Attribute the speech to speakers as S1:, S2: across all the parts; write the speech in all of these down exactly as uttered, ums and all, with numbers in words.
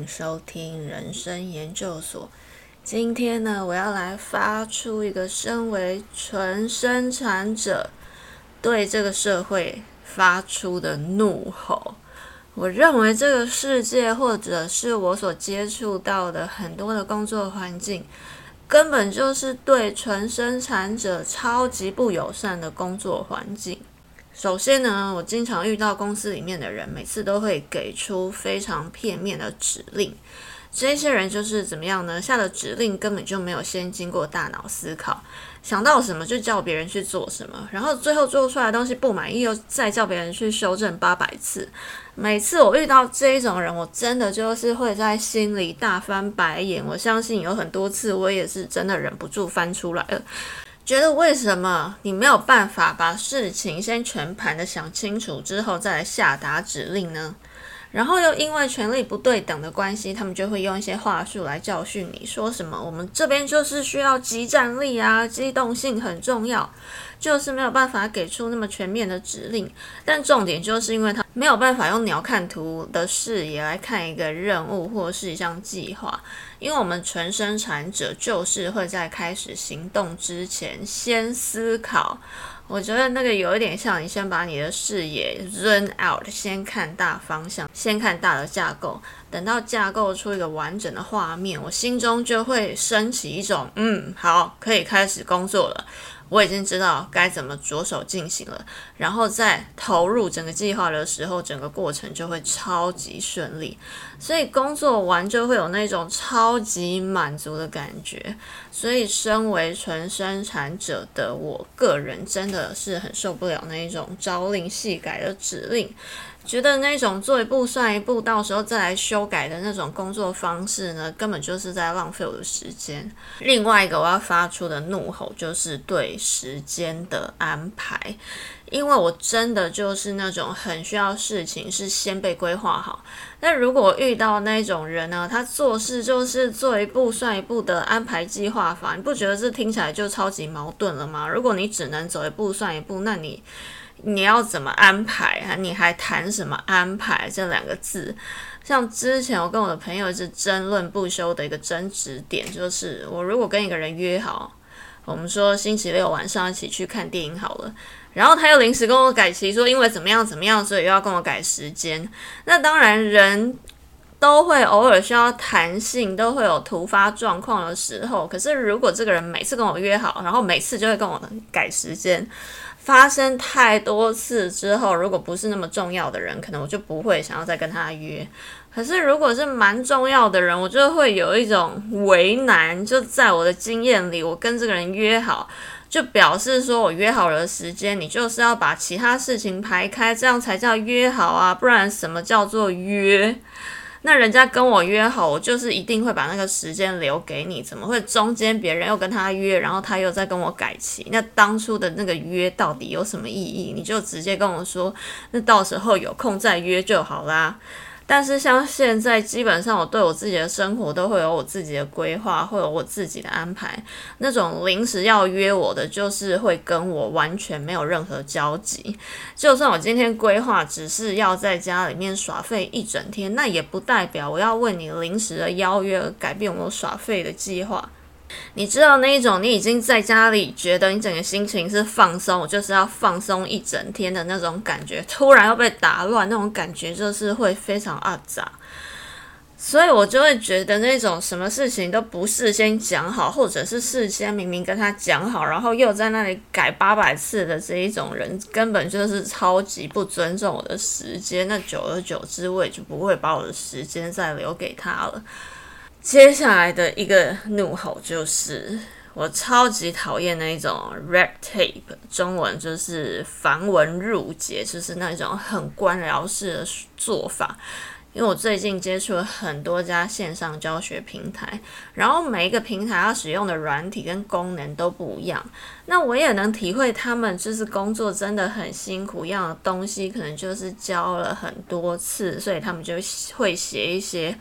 S1: 迎收听人生研究所。今天呢，我要来发出一个身为纯生产者对这个社会发出的怒吼。我认为这个世界，或者是我所接触到的很多的工作环境，根本就是对纯生产者超级不友善的工作环境。首先呢，我经常遇到公司里面的人，每次都会给出非常片面的指令。这些人就是怎么样呢？下的指令根本就没有先经过大脑思考，想到什么就叫别人去做什么，然后最后做出来的东西不满意，又再叫别人去修正八百次。每次我遇到这一种人，我真的就是会在心里大翻白眼。我相信有很多次，我也是真的忍不住翻出来了。觉得为什么你没有办法把事情先全盘的想清楚之后再来下达指令呢？然后又因为权力不对等的关系，他们就会用一些话术来教训你，说什么我们这边就是需要激战力啊，机动性很重要，就是没有办法给出那么全面的指令。但重点就是因为他没有办法用鸟瞰图的视野来看一个任务或是一项计划，因为我们纯生产者就是会在开始行动之前先思考。我觉得那个有一点像你先把你的视野 zoom out， 先看大方向，先看大的架构，等到架构出一个完整的画面，我心中就会升起一种嗯，好，可以开始工作了。我已经知道该怎么着手进行了，然后在投入整个计划的时候，整个过程就会超级顺利，所以工作完就会有那种超级满足的感觉。所以身为纯生产者的我个人真的是很受不了那一种朝令夕改的指令，觉得那种做一步算一步，到时候再来修改的那种工作方式呢，根本就是在浪费我的时间。另外一个我要发出的怒吼就是对时间的安排，因为我真的就是那种很需要事情是先被规划好。但如果遇到那种人呢，他做事就是做一步算一步的安排计划法，你不觉得这听起来就超级矛盾了吗？如果你只能走一步算一步，那你你要怎么安排啊？你还谈什么安排这两个字？像之前我跟我的朋友一直争论不休的一个争执点，就是我如果跟一个人约好，我们说星期六晚上一起去看电影好了，然后他又临时跟我改期，说因为怎么样怎么样，所以又要跟我改时间。那当然人都会偶尔需要弹性，都会有突发状况的时候，可是如果这个人每次跟我约好，然后每次就会跟我改时间，发生太多次之后，如果不是那么重要的人，可能我就不会想要再跟他约。可是如果是蛮重要的人，我就会有一种为难，就在我的经验里，我跟这个人约好，就表示说我约好了时间，你就是要把其他事情排开，这样才叫约好啊，不然什么叫做约？那人家跟我约好，我就是一定会把那个时间留给你，怎么会中间别人又跟他约，然后他又再跟我改期？那当初的那个约到底有什么意义？你就直接跟我说，那到时候有空再约就好啦。但是像现在基本上我对我自己的生活都会有我自己的规划，会有我自己的安排，那种临时要约我的就是会跟我完全没有任何交集。就算我今天规划只是要在家里面耍废一整天，那也不代表我要为你临时的邀约而改变我耍废的计划。你知道那一种你已经在家里觉得你整个心情是放松，我就是要放松一整天的那种感觉，突然要被打乱，那种感觉就是会非常阿杂。所以我就会觉得那种什么事情都不事先讲好，或者是事先明明跟他讲好，然后又在那里改八百次的这一种人，根本就是超级不尊重我的时间。那久而久之，我也就不会把我的时间再留给他了。接下来的一个怒吼就是我超级讨厌那一种 red tape， 中文就是繁文缛节，就是那种很官僚式的做法。因为我最近接触了很多家线上教学平台，然后每一个平台要使用的软体跟功能都不一样，那我也能体会他们就是工作真的很辛苦，一样的东西可能就是教了很多次，所以他们就会写一些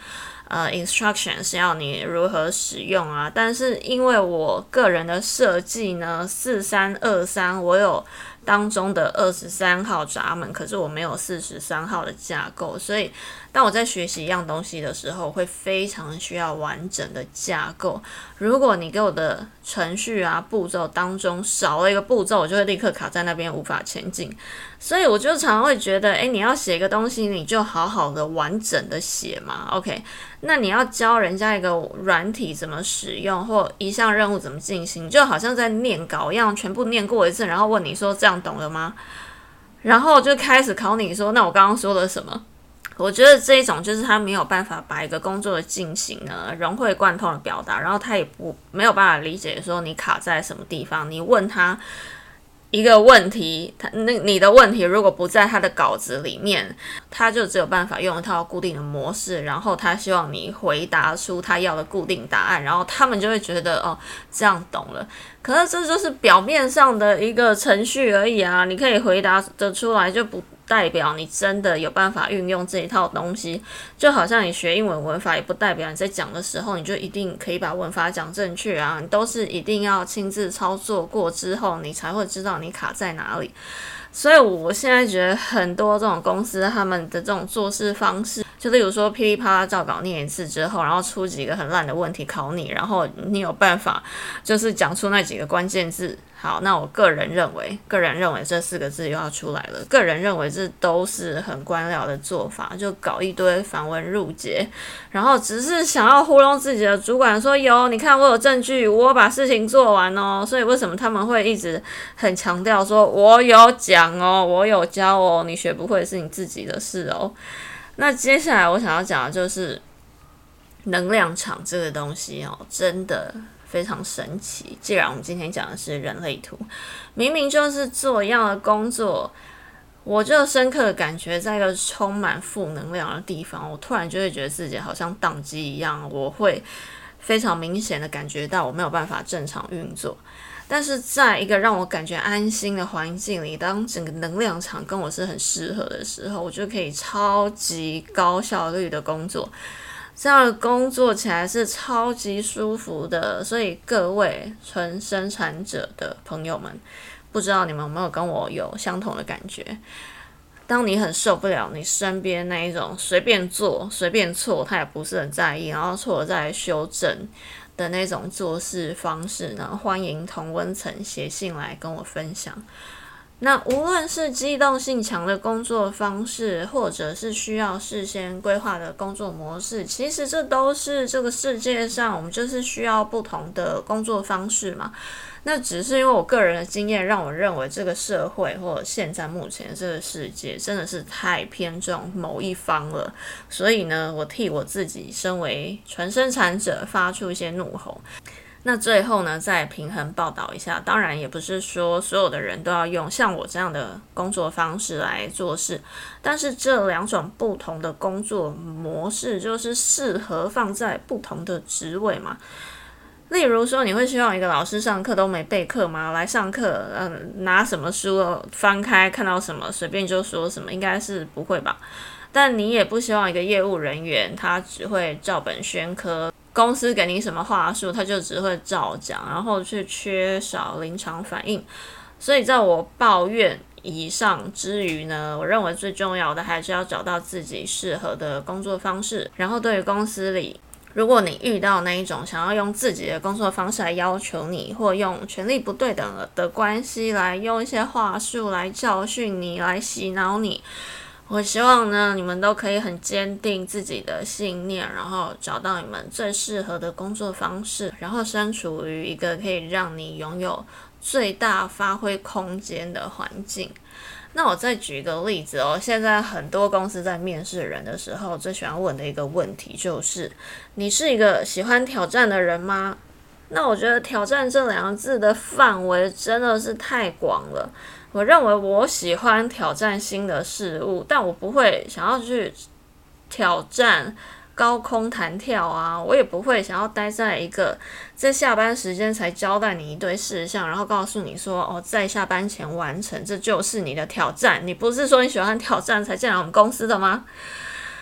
S1: 呃 instruction 是要你如何使用啊，但是因为我个人的设计呢，四三二三我有当中的二十三号闸门，可是我没有四十三号的架构，所以当我在学习一样东西的时候，会非常需要完整的架构。如果你给我的程序啊步骤当中少了一个步骤，我就会立刻卡在那边无法前进。所以我就常常会觉得，诶，你要写一个东西，你就好好的完整的写嘛 ，OK？ 那你要教人家一个软体怎么使用，或一项任务怎么进行，就好像在念稿一样，全部念过一次，然后问你说这样懂了吗？然后就开始考你说，那我刚刚说了什么？我觉得这一种就是他没有办法把一个工作的进行呢融会贯通的表达，然后他也不没有办法理解说你卡在什么地方。你问他一个问题，他那你的问题如果不在他的稿子里面，他就只有办法用一套固定的模式，然后他希望你回答出他要的固定答案，然后他们就会觉得哦这样懂了。可是这就是表面上的一个程序而已啊，你可以回答得出来就不代表你真的有办法运用这一套东西，就好像你学英文文法也不代表你在讲的时候你就一定可以把文法讲正确啊，你都是一定要亲自操作过之后你才会知道你卡在哪里。所以我现在觉得很多这种公司他们的这种做事方式，就例如说噼里啪啦照稿念一次之后，然后出几个很烂的问题考你，然后你有办法就是讲出那几个关键字。好，那我个人认为个人认为这四个字又要出来了，个人认为这都是很官僚的做法，就搞一堆繁文缛节，然后只是想要糊弄自己的主管说有你看我有证据，我把事情做完哦。所以为什么他们会一直很强调说我有讲哦，我有教哦，你学不会是你自己的事哦。那接下来我想要讲的就是能量场这个东西哦，真的非常神奇。既然我们今天讲的是人类图，明明就是做一样的工作，我就深刻的感觉在一个充满负能量的地方，我突然就会觉得自己好像宕机一样，我会非常明显的感觉到我没有办法正常运作。但是在一个让我感觉安心的环境里，当整个能量场跟我是很适合的时候，我就可以超级高效率的工作，这样的工作起来是超级舒服的。所以各位纯生产者的朋友们，不知道你们有没有跟我有相同的感觉？当你很受不了你身边那一种随便做随便错他也不是很在意，然后错了再来修正的那种做事方式呢，欢迎同温层写信来跟我分享。那无论是机动性强的工作方式，或者是需要事先规划的工作模式，其实这都是这个世界上我们就是需要不同的工作方式嘛。那只是因为我个人的经验让我认为这个社会或者现在目前这个世界真的是太偏重某一方了，所以呢我替我自己身为纯生产者发出一些怒吼。那最后呢再平衡报道一下，当然也不是说所有的人都要用像我这样的工作方式来做事，但是这两种不同的工作模式就是适合放在不同的职位嘛。例如说你会希望一个老师上课都没备课吗？来上课嗯，拿什么书翻开看到什么随便就说什么，应该是不会吧。但你也不希望一个业务人员他只会照本宣科，公司给你什么话术他就只会照讲，然后却缺少临场反应。所以在我抱怨以上之余呢，我认为最重要的还是要找到自己适合的工作方式。然后对于公司里如果你遇到那一种想要用自己的工作方式来要求你，或用权力不对等的关系来用一些话术来教训你，来洗脑你，我希望呢你们都可以很坚定自己的信念，然后找到你们最适合的工作方式，然后身处于一个可以让你拥有最大发挥空间的环境。那我再举个例子哦，现在很多公司在面试人的时候最喜欢问的一个问题就是你是一个喜欢挑战的人吗？那我觉得挑战这两个字的范围真的是太广了。我认为我喜欢挑战新的事物，但我不会想要去挑战高空弹跳啊，我也不会想要待在一个在下班时间才交代你一堆事项，然后告诉你说哦，在下班前完成，这就是你的挑战。你不是说你喜欢挑战才进来我们公司的吗？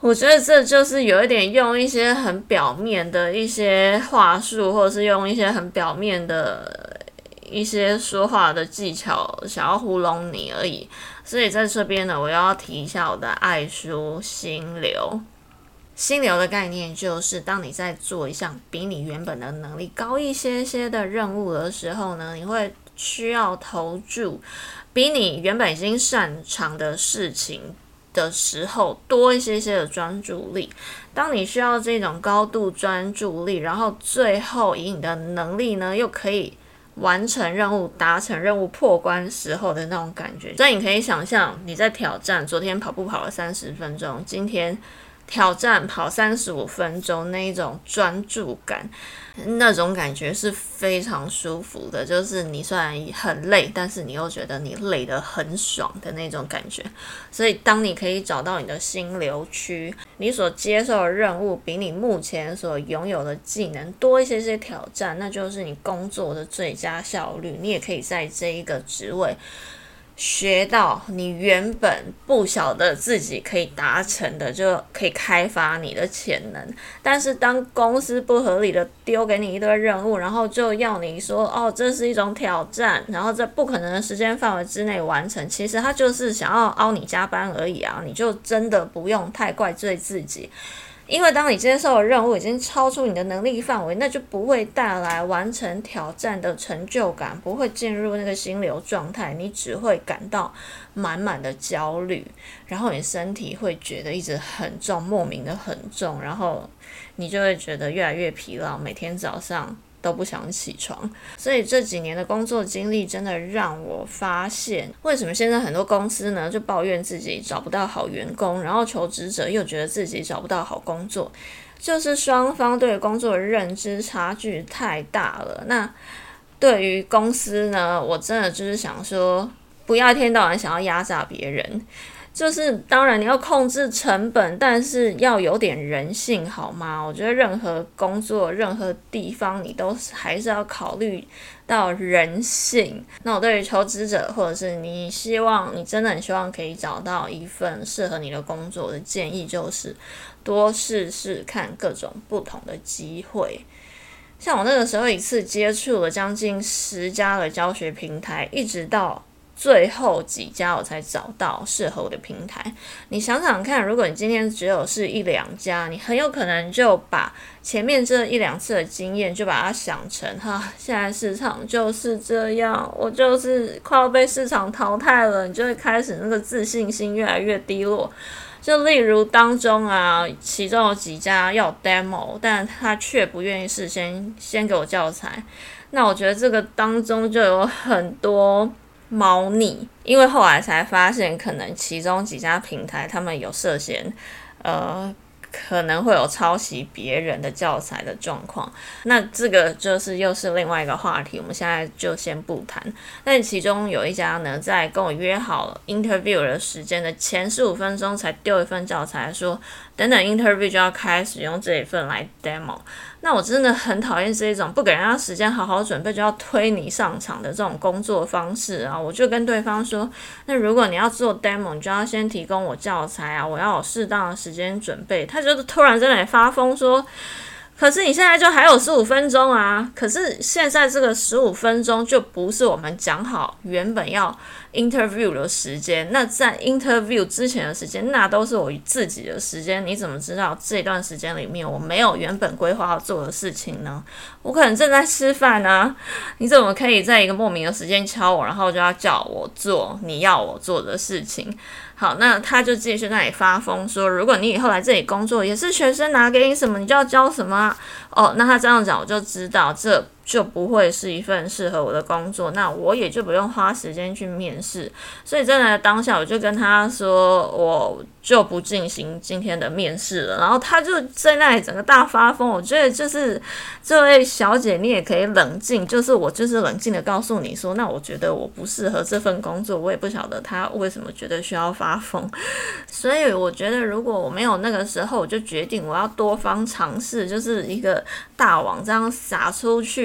S1: 我觉得这就是有一点用一些很表面的一些话术，或者是用一些很表面的一些说话的技巧，想要糊弄你而已。所以在这边呢，我要提一下我的爱书心流。心流的概念就是，当你在做一项比你原本的能力高一些些的任务的时候呢，你会需要投注比你原本已经擅长的事情的时候多一些些的专注力。当你需要这种高度专注力，然后最后以你的能力呢，又可以完成任务、达成任务、破关时候的那种感觉。所以你可以想象，你在挑战，昨天跑步跑了三十分钟，今天挑战跑三十五分钟，那一种专注感，那种感觉是非常舒服的。就是你虽然很累，但是你又觉得你累得很爽的那种感觉。所以当你可以找到你的心流区，你所接受的任务比你目前所拥有的技能多一些些挑战，那就是你工作的最佳效率。你也可以在这一个职位学到你原本不晓得自己可以达成的，就可以开发你的潜能。但是当公司不合理的丢给你一堆任务，然后就要你说哦，这是一种挑战，然后在不可能的时间范围之内完成，其实他就是想要凹你加班而已啊，你就真的不用太怪罪自己。因为当你接受的任务已经超出你的能力范围，那就不会带来完成挑战的成就感，不会进入那个心流状态，你只会感到满满的焦虑，然后你身体会觉得一直很重，莫名的很重，然后你就会觉得越来越疲劳，每天早上都不想起床。所以这几年的工作经历真的让我发现，为什么现在很多公司呢就抱怨自己找不到好员工，然后求职者又觉得自己找不到好工作，就是双方对工作的认知差距太大了。那对于公司呢，我真的就是想说，不要一天到晚想要压榨别人，就是当然你要控制成本，但是要有点人性好吗？我觉得任何工作任何地方你都还是要考虑到人性。那我对于求职者，或者是你希望你真的很希望可以找到一份适合你的工作的建议，就是多试试看各种不同的机会。像我那个时候一次接触了将近十家的教学平台，一直到最后几家我才找到适合我的平台。你想想看，如果你今天只有是一两家，你很有可能就把前面这一两次的经验就把它想成哈，现在市场就是这样，我就是快要被市场淘汰了，你就会开始那个自信心越来越低落。就例如当中啊，其中有几家要 demo， 但他却不愿意事先先给我教材，那我觉得这个当中就有很多猫腻。因为后来才发现，可能其中几家平台他们有涉嫌呃可能会有抄袭别人的教材的状况，那这个就是又是另外一个话题，我们现在就先不谈。但其中有一家呢，在跟我约好 interview 的时间的前十五分钟才丢一份教材，说等等 interview 就要开始用这一份来 demo。那我真的很讨厌这一种不给人家时间好好准备就要推你上场的这种工作方式啊！我就跟对方说，那如果你要做 demo， 你就要先提供我教材啊，我要有适当的时间准备。他就突然在那里发疯说，可是你现在就还有十五分钟啊！可是现在这个十五分钟就不是我们讲好原本要 interview 的时间，那在 interview 之前的时间，那都是我自己的时间。你怎么知道这段时间里面我没有原本规划要做的事情呢？我可能正在吃饭啊，你怎么可以在一个莫名的时间敲我，然后就要叫我做你要我做的事情？好，那他就继续在那里发疯说，如果你以后来这里工作，也是学生拿给你什么，你就要教什么啊？哦，那他这样讲，我就知道这就不会是一份适合我的工作，那我也就不用花时间去面试。所以真的当下我就跟他说，我就不进行今天的面试了。然后他就在那里整个大发疯。我觉得就是这位小姐，你也可以冷静，就是我就是冷静的告诉你说，那我觉得我不适合这份工作，我也不晓得他为什么觉得需要发疯。所以我觉得如果我没有那个时候，我就决定我要多方尝试，就是一个大网这样撒出去。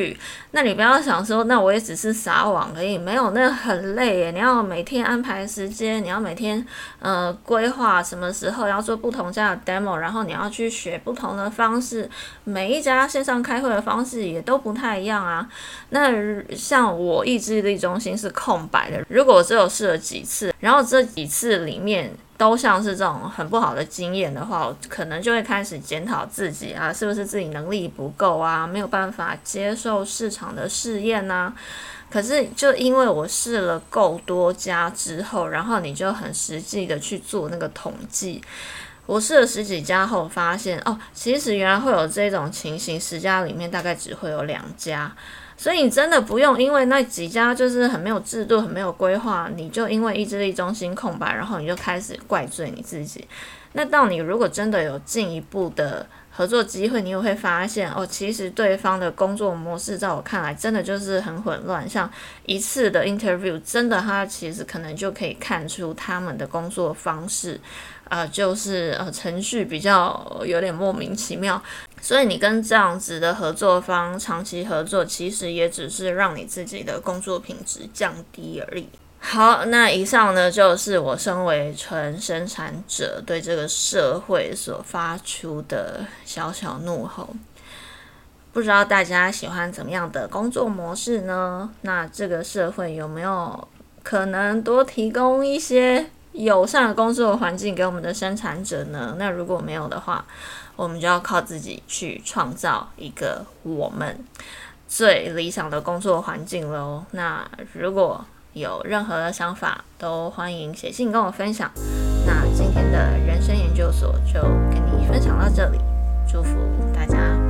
S1: 律。那你不要想说，那我也只是撒网而已，没有，那很累耶。你要每天安排时间，你要每天呃规划什么时候要做不同家的 demo， 然后你要去学不同的方式，每一家线上开会的方式也都不太一样啊。那像我意志力中心是空白的，如果我只有试了几次，然后这几次里面都像是这种很不好的经验的话，我可能就会开始检讨自己啊，是不是自己能力不够啊，没有办法接受市场的试验啊。可是就因为我试了够多家之后，然后你就很实际的去做那个统计，我试了十几家后发现，哦，其实原来会有这种情形，十家里面大概只会有两家。所以你真的不用因为那几家就是很没有制度、很没有规划，你就因为意志力中心空白，然后你就开始怪罪你自己。那到你如果真的有进一步的合作机会，你也会发现哦，其实对方的工作模式在我看来真的就是很混乱。像一次的 interview， 真的他其实可能就可以看出他们的工作方式，呃，就是呃程序比较有点莫名其妙。所以你跟这样子的合作方长期合作，其实也只是让你自己的工作品质降低而已。好，那以上呢就是我身为纯生产者对这个社会所发出的小小怒吼。不知道大家喜欢怎么样的工作模式呢？那这个社会有没有可能多提供一些友善的工作环境给我们的生产者呢？那如果没有的话，我们就要靠自己去创造一个我们最理想的工作环境咯。那如果有任何的想法，都欢迎写信跟我分享。那今天的人生研究所就跟你分享到这里，祝福大家